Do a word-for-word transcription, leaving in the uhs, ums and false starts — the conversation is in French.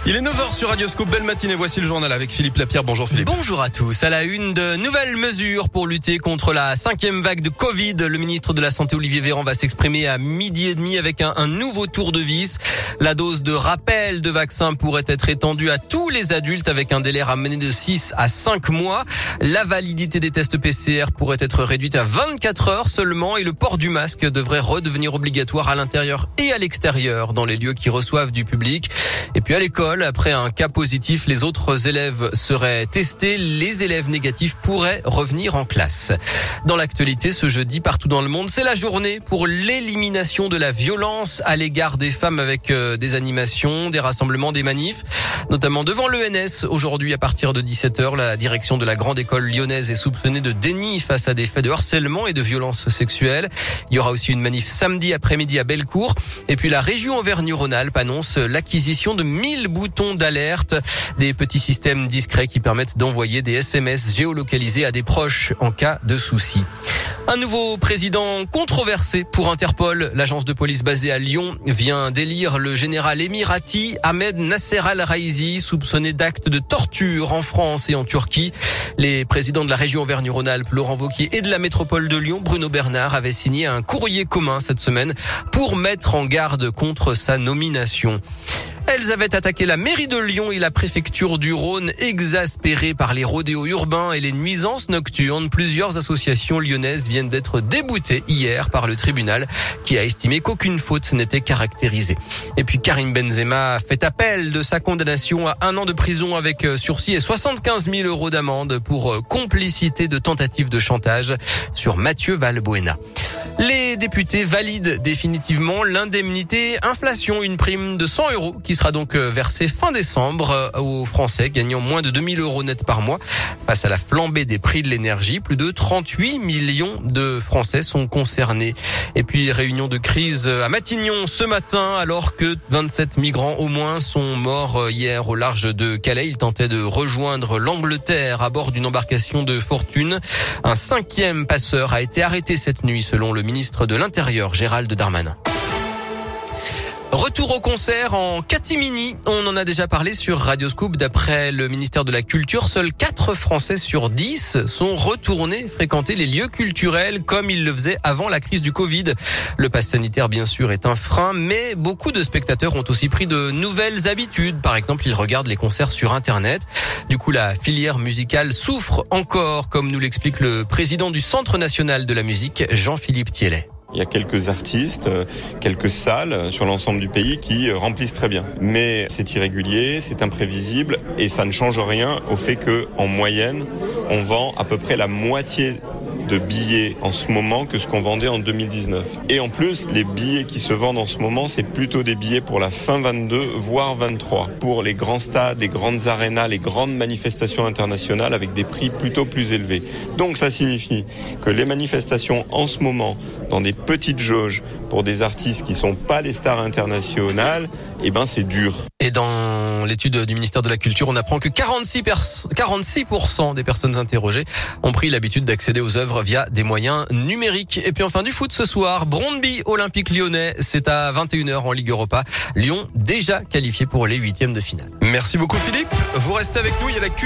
Il est neuf heures sur Radioscope. Belle matinée. Voici le journal avec Philippe Lapierre. Bonjour Philippe. Bonjour à tous. À la une, de nouvelles mesures pour lutter contre la cinquième vague de Covid. Le ministre de la Santé Olivier Véran va s'exprimer à midi et demi avec un, un nouveau tour de vis. La dose de rappel de vaccin pourrait être étendue à tous les adultes avec un délai ramené de six à cinq mois. La validité des tests P C R pourrait être réduite à vingt-quatre heures seulement et le port du masque devrait redevenir obligatoire à l'intérieur et à l'extérieur dans les lieux qui reçoivent du public. Et puis à l'école, après un cas positif, les autres élèves seraient testés. Les élèves négatifs pourraient revenir en classe. Dans l'actualité, ce jeudi, partout dans le monde, c'est la journée pour l'élimination de la violence à l'égard des femmes avec des animations, des rassemblements, des manifs, notamment devant l'E N S. Aujourd'hui, à partir de dix-sept heures, la direction de la grande école lyonnaise est soupçonnée de déni face à des faits de harcèlement et de violence sexuelle. Il y aura aussi une manif samedi après-midi à Bellecour. Et puis la région Auvergne-Rhône-Alpes annonce l'acquisition de mille boutons d'alerte, des petits systèmes discrets qui permettent d'envoyer des S M S géolocalisés à des proches en cas de souci. Un nouveau président controversé pour Interpol. L'agence de police basée à Lyon vient d'élire le général émirati Ahmed Nasser Al-Raizi, soupçonné d'actes de torture en France et en Turquie. Les présidents de la région Auvergne-Rhône-Alpes, Laurent Wauquiez, et de la métropole de Lyon, Bruno Bernard, avaient signé un courrier commun cette semaine pour mettre en garde contre sa nomination. Elles avaient attaqué la mairie de Lyon et la préfecture du Rhône, exaspérées par les rodéos urbains et les nuisances nocturnes. Plusieurs associations lyonnaises viennent d'être déboutées hier par le tribunal qui a estimé qu'aucune faute n'était caractérisée. Et puis Karim Benzema fait appel de sa condamnation à un an de prison avec sursis et soixante-quinze mille euros d'amende pour complicité de tentative de chantage sur Mathieu Valbuena. Les députés valident définitivement l'indemnité inflation, une prime de cent euros qui sera donc versée fin décembre aux Français gagnant moins de deux mille euros net par mois. Face à la flambée des prix de l'énergie, plus de trente-huit millions de Français sont concernés. Et puis réunion de crise à Matignon ce matin alors que vingt-sept migrants au moins sont morts hier au large de Calais. Ils tentaient de rejoindre l'Angleterre à bord d'une embarcation de fortune. Un cinquième passeur a été arrêté cette nuit selon le ministre de l'Intérieur, Gérald Darmanin. Retour au concert en catimini. On en a déjà parlé sur Radioscoop. D'après le ministère de la Culture, seuls quatre Français sur dix sont retournés fréquenter les lieux culturels comme ils le faisaient avant la crise du Covid. Le pass sanitaire, bien sûr, est un frein, mais beaucoup de spectateurs ont aussi pris de nouvelles habitudes. Par exemple, ils regardent les concerts sur Internet. Du coup, la filière musicale souffre encore, comme nous l'explique le président du Centre national de la musique, Jean-Philippe Thiellet. Il y a quelques artistes, quelques salles sur l'ensemble du pays qui remplissent très bien. Mais c'est irrégulier, c'est imprévisible et ça ne change rien au fait que, en moyenne, on vend à peu près la moitié de billets en ce moment que ce qu'on vendait en deux mille dix-neuf. Et en plus, les billets qui se vendent en ce moment, c'est plutôt des billets pour la fin vingt-deux, voire vingt-trois. Pour les grands stades, les grandes arénas, les grandes manifestations internationales avec des prix plutôt plus élevés. Donc ça signifie que les manifestations en ce moment, dans des petites jauges, pour des artistes qui sont pas les stars internationales, eh ben c'est dur. Et dans l'étude du ministère de la Culture, on apprend que quarante-six pour cent des personnes interrogées ont pris l'habitude d'accéder aux œuvres via des moyens numériques. Et puis enfin du foot ce soir, Brøndby Olympique Lyonnais, c'est à vingt et une heures en Ligue Europa. Lyon déjà qualifié pour les huitièmes de finale. Merci beaucoup Philippe. Vous restez avec nous, il y a la